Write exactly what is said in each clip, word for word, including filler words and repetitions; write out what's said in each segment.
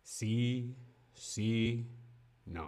Sí, sí, no.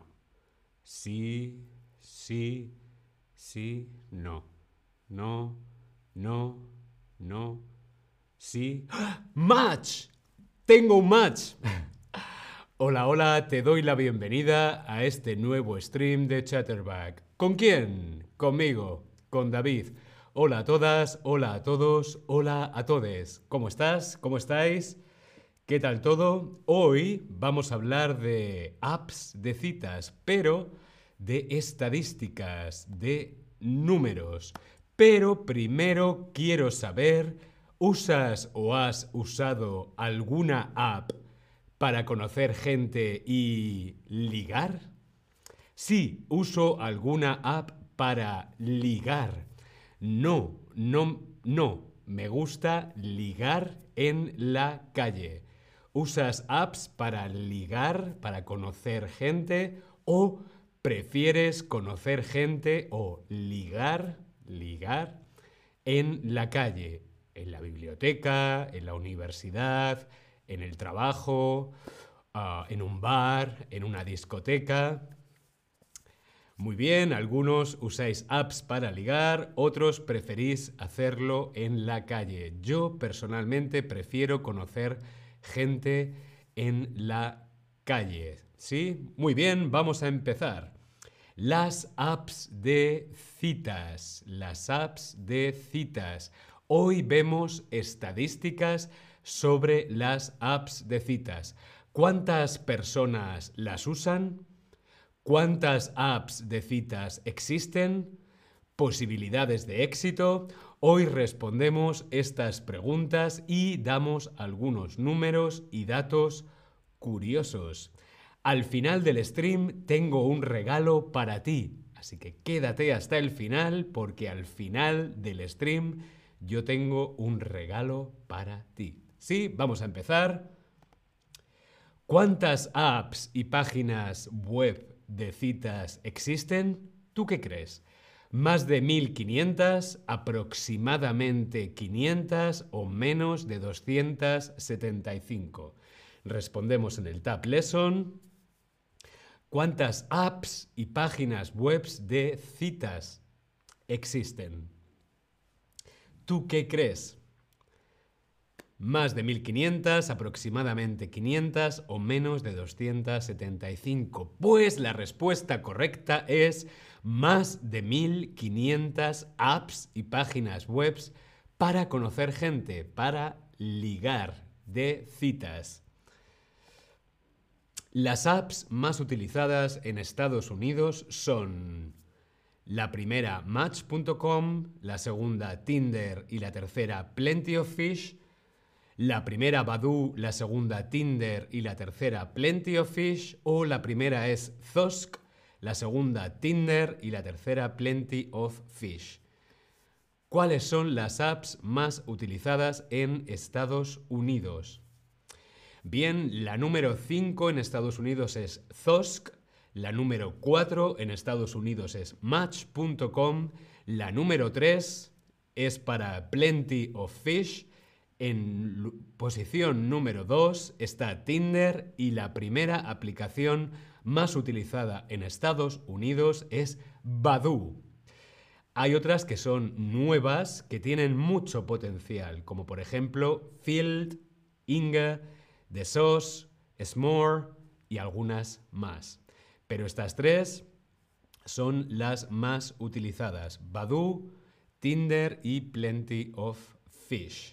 Sí, sí, sí, no. No, no, no. Sí. ¡Ah! ¡Match! ¡Tengo un match! Hola, hola, te doy la bienvenida a este nuevo stream de Chatterback. ¿Con quién? Conmigo, con David. Hola a todas, hola a todos, hola a todes. ¿Cómo estás? ¿Cómo estáis? ¿Qué tal todo? Hoy vamos a hablar de apps de citas, pero de estadísticas, de números. Pero primero quiero saber, ¿usas o has usado alguna app para conocer gente y ligar? Sí, uso alguna app para ligar. No, no, no. Me gusta ligar en la calle. ¿Usas apps para ligar, para conocer gente? ¿O prefieres conocer gente o ligar, ligar en la calle? En la biblioteca, en la universidad, en el trabajo, ah, en un bar, en una discoteca. Muy bien, algunos usáis apps para ligar, otros preferís hacerlo en la calle. Yo personalmente prefiero conocer gente en la calle. ¿Sí? Muy bien, vamos a empezar. Las apps de citas. Las apps de citas. Hoy vemos estadísticas sobre las apps de citas. ¿Cuántas personas las usan? ¿Cuántas apps de citas existen? ¿Posibilidades de éxito? Hoy respondemos estas preguntas y damos algunos números y datos curiosos. Al final del stream tengo un regalo para ti, así que quédate hasta el final porque al final del stream yo tengo un regalo para ti. Sí, vamos a empezar. ¿Cuántas apps y páginas web de citas existen? ¿Tú qué crees? ¿Más de mil quinientas, aproximadamente quinientas o menos de doscientas setenta y cinco? Respondemos en el Tab Lesson. ¿Cuántas apps y páginas web de citas existen? ¿Tú qué crees? Más de mil quinientas, aproximadamente quinientas o menos de doscientas setenta y cinco. Pues la respuesta correcta es más de mil quinientas apps y páginas web para conocer gente, para ligar de citas. Las apps más utilizadas en Estados Unidos son la primera Match punto com, la segunda Tinder y la tercera Plenty of Fish. La primera Badoo, la segunda Tinder y la tercera Plenty of Fish, o la primera es Zosk, la segunda Tinder y la tercera Plenty of Fish. ¿Cuáles son las apps más utilizadas en Estados Unidos? Bien, la número cinco en Estados Unidos es Zosk, la número cuatro en Estados Unidos es Match punto com, la número tres es para Plenty of Fish. En posición número dos está Tinder y la primera aplicación más utilizada en Estados Unidos es Badoo. Hay otras que son nuevas, que tienen mucho potencial, como por ejemplo Field, Inga, The Sauce, S'more y algunas más. Pero estas tres son las más utilizadas: Badoo, Tinder y Plenty of Fish.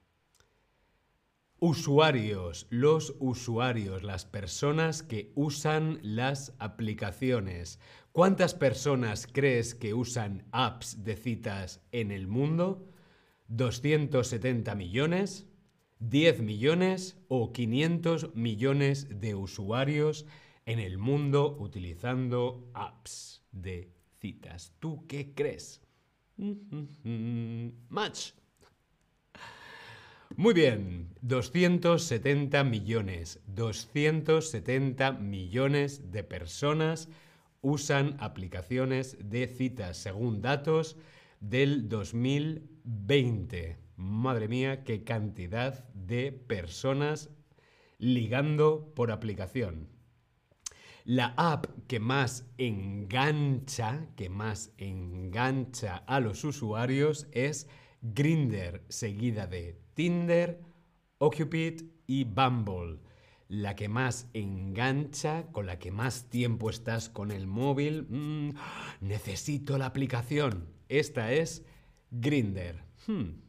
Usuarios, los usuarios, las personas que usan las aplicaciones. ¿Cuántas personas crees que usan apps de citas en el mundo? ¿doscientos setenta millones? ¿diez millones o quinientos millones de usuarios en el mundo utilizando apps de citas? ¿Tú qué crees? Match. Muy bien, doscientos setenta millones. doscientos setenta millones de personas usan aplicaciones de citas, según datos del dos mil veinte. Madre mía, qué cantidad de personas ligando por aplicación. La app que más engancha, que más engancha a los usuarios es Grindr, seguida de Tinder, OkCupid y Bumble. La que más engancha, con la que más tiempo estás con el móvil. Mm, necesito la aplicación. Esta es Grindr. Hmm.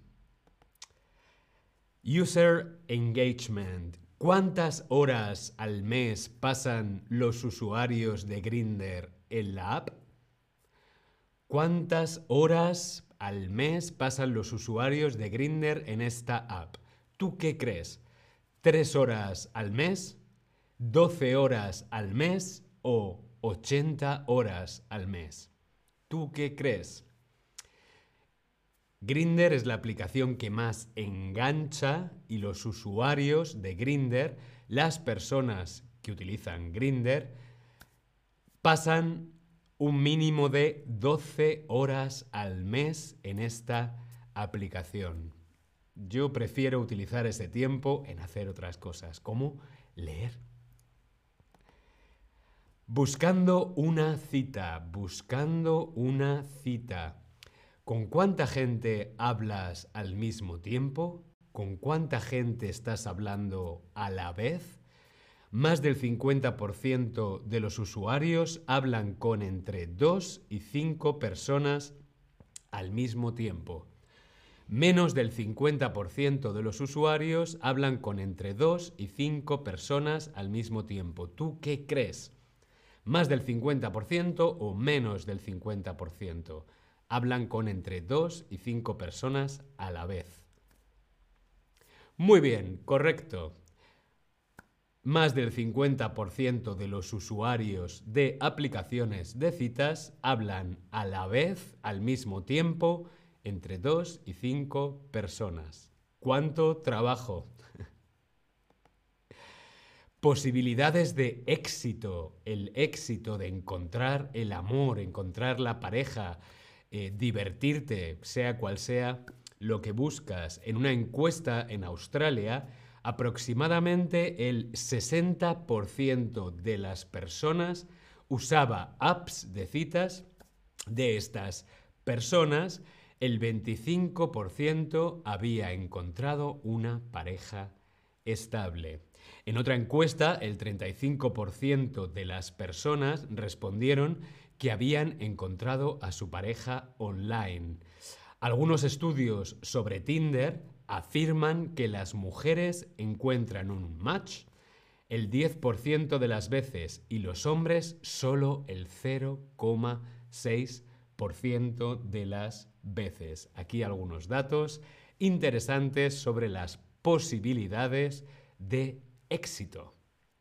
User engagement. ¿Cuántas horas al mes pasan los usuarios de Grindr en la app? ¿Cuántas horas al mes pasan los usuarios de Grindr en esta app? ¿Tú qué crees? ¿Tres horas al mes? ¿doce horas al mes? ¿O ochenta horas al mes? ¿Tú qué crees? Grindr es la aplicación que más engancha y los usuarios de Grindr, las personas que utilizan Grindr, pasan un mínimo de doce horas al mes en esta aplicación. Yo prefiero utilizar ese tiempo en hacer otras cosas, como leer. Buscando una cita, buscando una cita. ¿Con cuánta gente hablas al mismo tiempo? ¿Con cuánta gente estás hablando a la vez? Más del cincuenta por ciento de los usuarios hablan con entre dos y cinco personas al mismo tiempo. Menos del cincuenta por ciento de los usuarios hablan con entre dos y cinco personas al mismo tiempo. ¿Tú qué crees? ¿Más del cincuenta por ciento o menos del cincuenta por ciento? Hablan con entre dos y cinco personas a la vez. Muy bien, correcto. Más del cincuenta por ciento de los usuarios de aplicaciones de citas hablan a la vez, al mismo tiempo, entre dos y cinco personas. ¿Cuánto trabajo? Posibilidades de éxito, el éxito de encontrar el amor, encontrar la pareja, eh, divertirte, sea cual sea lo que buscas. En una encuesta en Australia, aproximadamente el sesenta por ciento de las personas usaba apps de citas. De estas personas, el veinticinco por ciento había encontrado una pareja estable. En otra encuesta, el treinta y cinco por ciento de las personas respondieron que habían encontrado a su pareja online. Algunos estudios sobre Tinder afirman que las mujeres encuentran un match el diez por ciento de las veces y los hombres solo el cero coma seis por ciento de las veces. Aquí algunos datos interesantes sobre las posibilidades de éxito.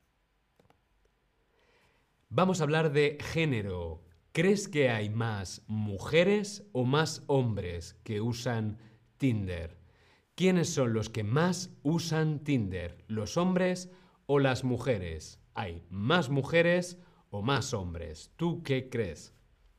Vamos a hablar de género. ¿Crees que hay más mujeres o más hombres que usan Tinder? ¿Quiénes son los que más usan Tinder? ¿Los hombres o las mujeres? ¿Hay más mujeres o más hombres? ¿Tú qué crees?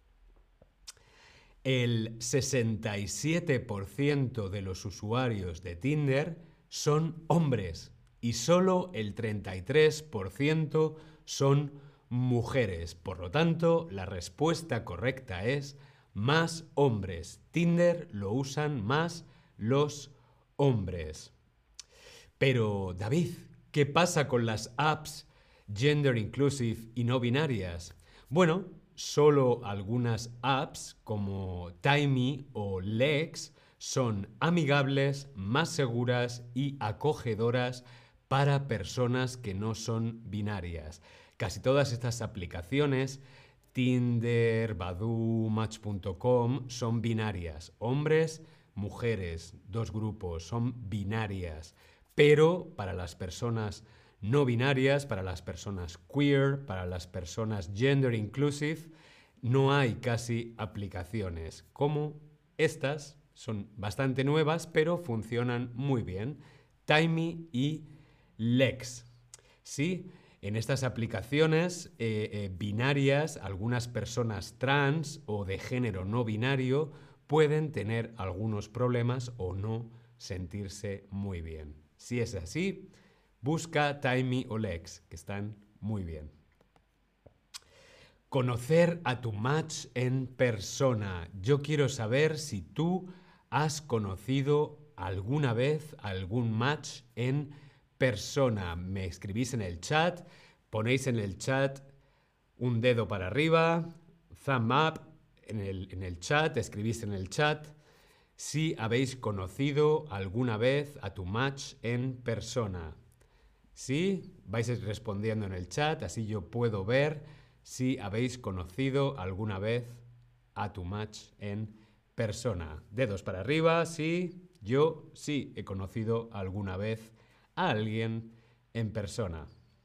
El sesenta y siete por ciento de los usuarios de Tinder son hombres y solo el treinta y tres por ciento son mujeres. Por lo tanto, la respuesta correcta es más hombres. Tinder lo usan más los hombres. Pero, David, ¿qué pasa con las apps gender inclusive y no binarias? Bueno, solo algunas apps como Timey o Lex son amigables, más seguras y acogedoras para personas que no son binarias. Casi todas estas aplicaciones, Tinder, Badoo, Match punto com, son binarias. Hombres, mujeres, dos grupos, son binarias. Pero para las personas no binarias, para las personas queer, para las personas gender inclusive, no hay casi aplicaciones. Como estas son bastante nuevas, pero funcionan muy bien. Timey y Lex. Sí, en estas aplicaciones eh, eh, binarias, algunas personas trans o de género no binario pueden tener algunos problemas o no sentirse muy bien. Si es así, Busca Taimi o Lex, que están muy bien. Conocer a tu match en persona. Yo quiero saber si tú has conocido alguna vez algún match en persona. Me escribís en el chat, ponéis en el chat un dedo para arriba, thumb up en el, en el chat, escribís en el chat si habéis conocido alguna vez a tu match en persona. ¿Sí? Vais respondiendo en el chat, así yo puedo ver si habéis conocido alguna vez a tu match en persona. Dedos para arriba, sí. Yo sí he conocido alguna vez a alguien en persona.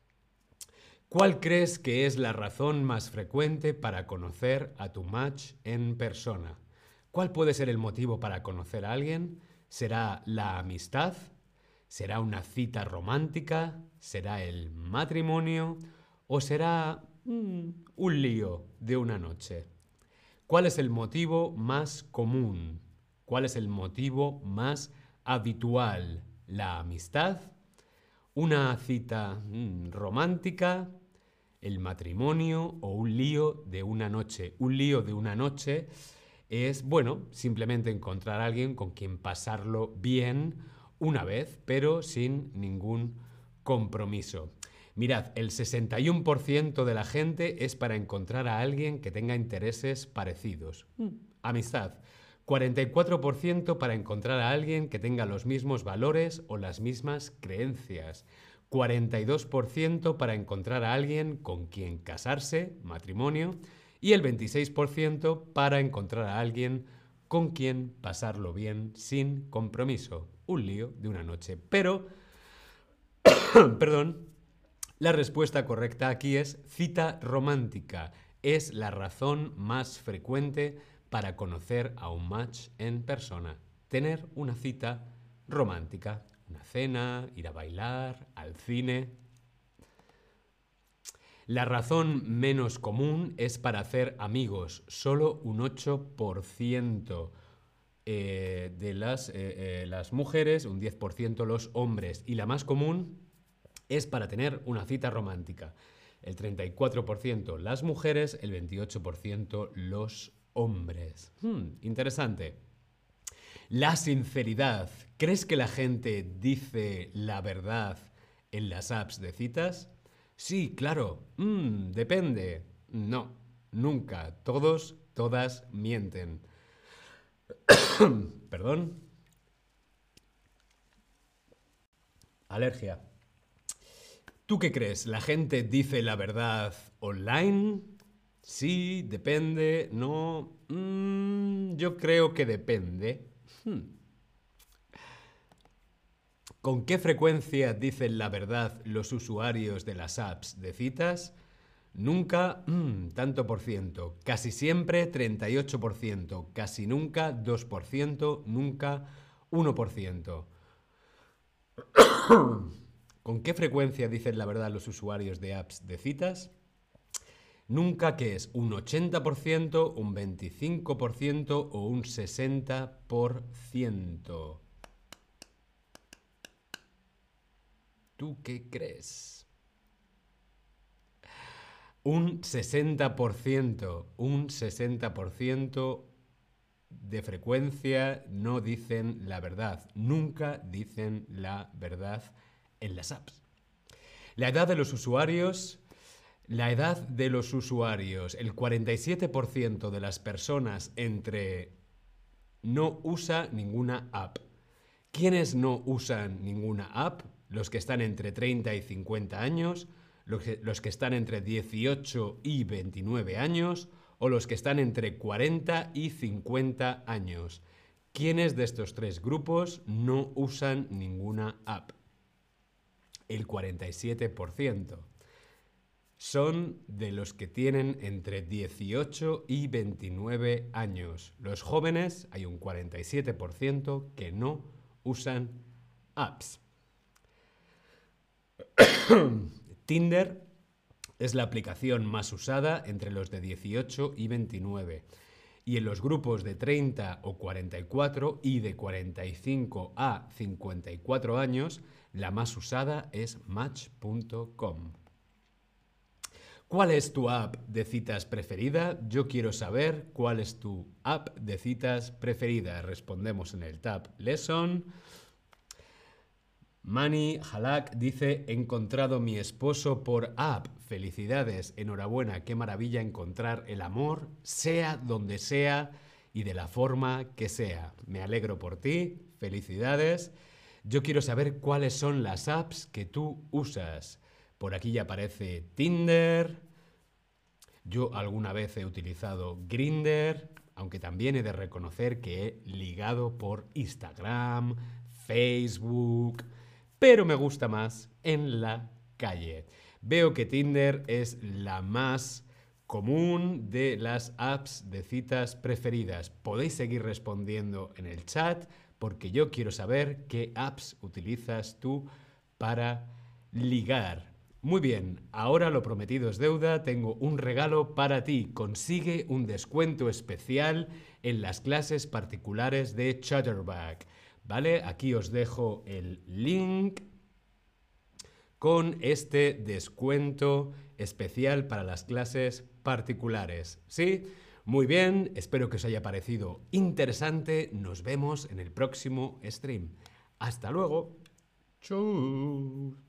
¿Cuál crees que es la razón más frecuente para conocer a tu match en persona? ¿Cuál puede ser el motivo para conocer a alguien? ¿Será la amistad? ¿Será una cita romántica? ¿Será el matrimonio? ¿O será mm, un lío de una noche? ¿Cuál es el motivo más común? ¿Cuál es el motivo más habitual? ¿La amistad? ¿Una cita mm, romántica? ¿El matrimonio? ¿O un lío de una noche? Un lío de una noche es, bueno, simplemente encontrar a alguien con quien pasarlo bien una vez, pero sin ningún compromiso. Mirad, el sesenta y uno por ciento de la gente es para encontrar a alguien que tenga intereses parecidos. Mm. Amistad. cuarenta y cuatro por ciento para encontrar a alguien que tenga los mismos valores o las mismas creencias. cuarenta y dos por ciento para encontrar a alguien con quien casarse, matrimonio. Y el veintiséis por ciento para encontrar a alguien con quien pasarlo bien sin compromiso. Un lío de una noche. Pero, perdón, la respuesta correcta aquí es cita romántica. Es la razón más frecuente para conocer a un match en persona. Tener una cita romántica. Una cena, ir a bailar, al cine. La razón menos común es para hacer amigos. Solo un ocho por ciento eh, de las, eh, eh, las mujeres, un diez por ciento los hombres. Y la más común es para tener una cita romántica. El treinta y cuatro por ciento las mujeres, el veintiocho por ciento los hombres. Hmm, interesante. La sinceridad. ¿Crees que la gente dice la verdad en las apps de citas? Sí, claro. Mm, depende. No, nunca. Todos, todas mienten. Perdón. Alergia. ¿Tú qué crees? ¿La gente dice la verdad online? Sí, depende. No. Mm, yo creo que depende. Hmm. ¿Con qué frecuencia dicen la verdad los usuarios de las apps de citas? Nunca, mmm, tanto por ciento. Casi siempre, treinta y ocho por ciento. Casi nunca, dos por ciento. Nunca, uno por ciento. ¿Con qué frecuencia dicen la verdad los usuarios de apps de citas? Nunca, ¿qué es? ¿Un ochenta por ciento, un veinticinco por ciento o un sesenta por ciento? ¿Tú qué crees? Un sesenta por ciento, un sesenta por ciento de frecuencia no dicen la verdad. Nunca dicen la verdad en las apps. La edad de los usuarios, la edad de los usuarios, el cuarenta y siete por ciento de las personas entre no usa ninguna app. ¿Quiénes no usan ninguna app? Los que están entre treinta y cincuenta años, los que, los que están entre dieciocho y veintinueve años o los que están entre cuarenta y cincuenta años. ¿Quiénes de estos tres grupos no usan ninguna app? El cuarenta y siete por ciento. Son de los que tienen entre dieciocho y veintinueve años. Los jóvenes, hay un cuarenta y siete por ciento que no usan apps. Tinder es la aplicación más usada entre los de dieciocho y veintinueve. Y en los grupos de treinta o cuarenta y cuatro y de cuarenta y cinco a cincuenta y cuatro años, la más usada es Match punto com. ¿Cuál es tu app de citas preferida? Yo quiero saber cuál es tu app de citas preferida. Respondemos en el tab Lesson. Mani Halak dice, he encontrado mi esposo por app. Felicidades, enhorabuena, qué maravilla encontrar el amor, sea donde sea y de la forma que sea. Me alegro por ti, felicidades. Yo quiero saber cuáles son las apps que tú usas. Por aquí ya aparece Tinder. Yo alguna vez he utilizado Grindr, aunque también he de reconocer que he ligado por Instagram, Facebook, pero me gusta más en la calle. Veo que Tinder es la más común de las apps de citas preferidas. Podéis seguir respondiendo en el chat porque yo quiero saber qué apps utilizas tú para ligar. Muy bien, ahora lo prometido es deuda, tengo un regalo para ti. Consigue un descuento especial en las clases particulares de Chatterback. ¿Vale? Aquí os dejo el link con este descuento especial para las clases particulares. ¿Sí? Muy bien, espero que os haya parecido interesante. Nos vemos en el próximo stream. Hasta luego. Chau.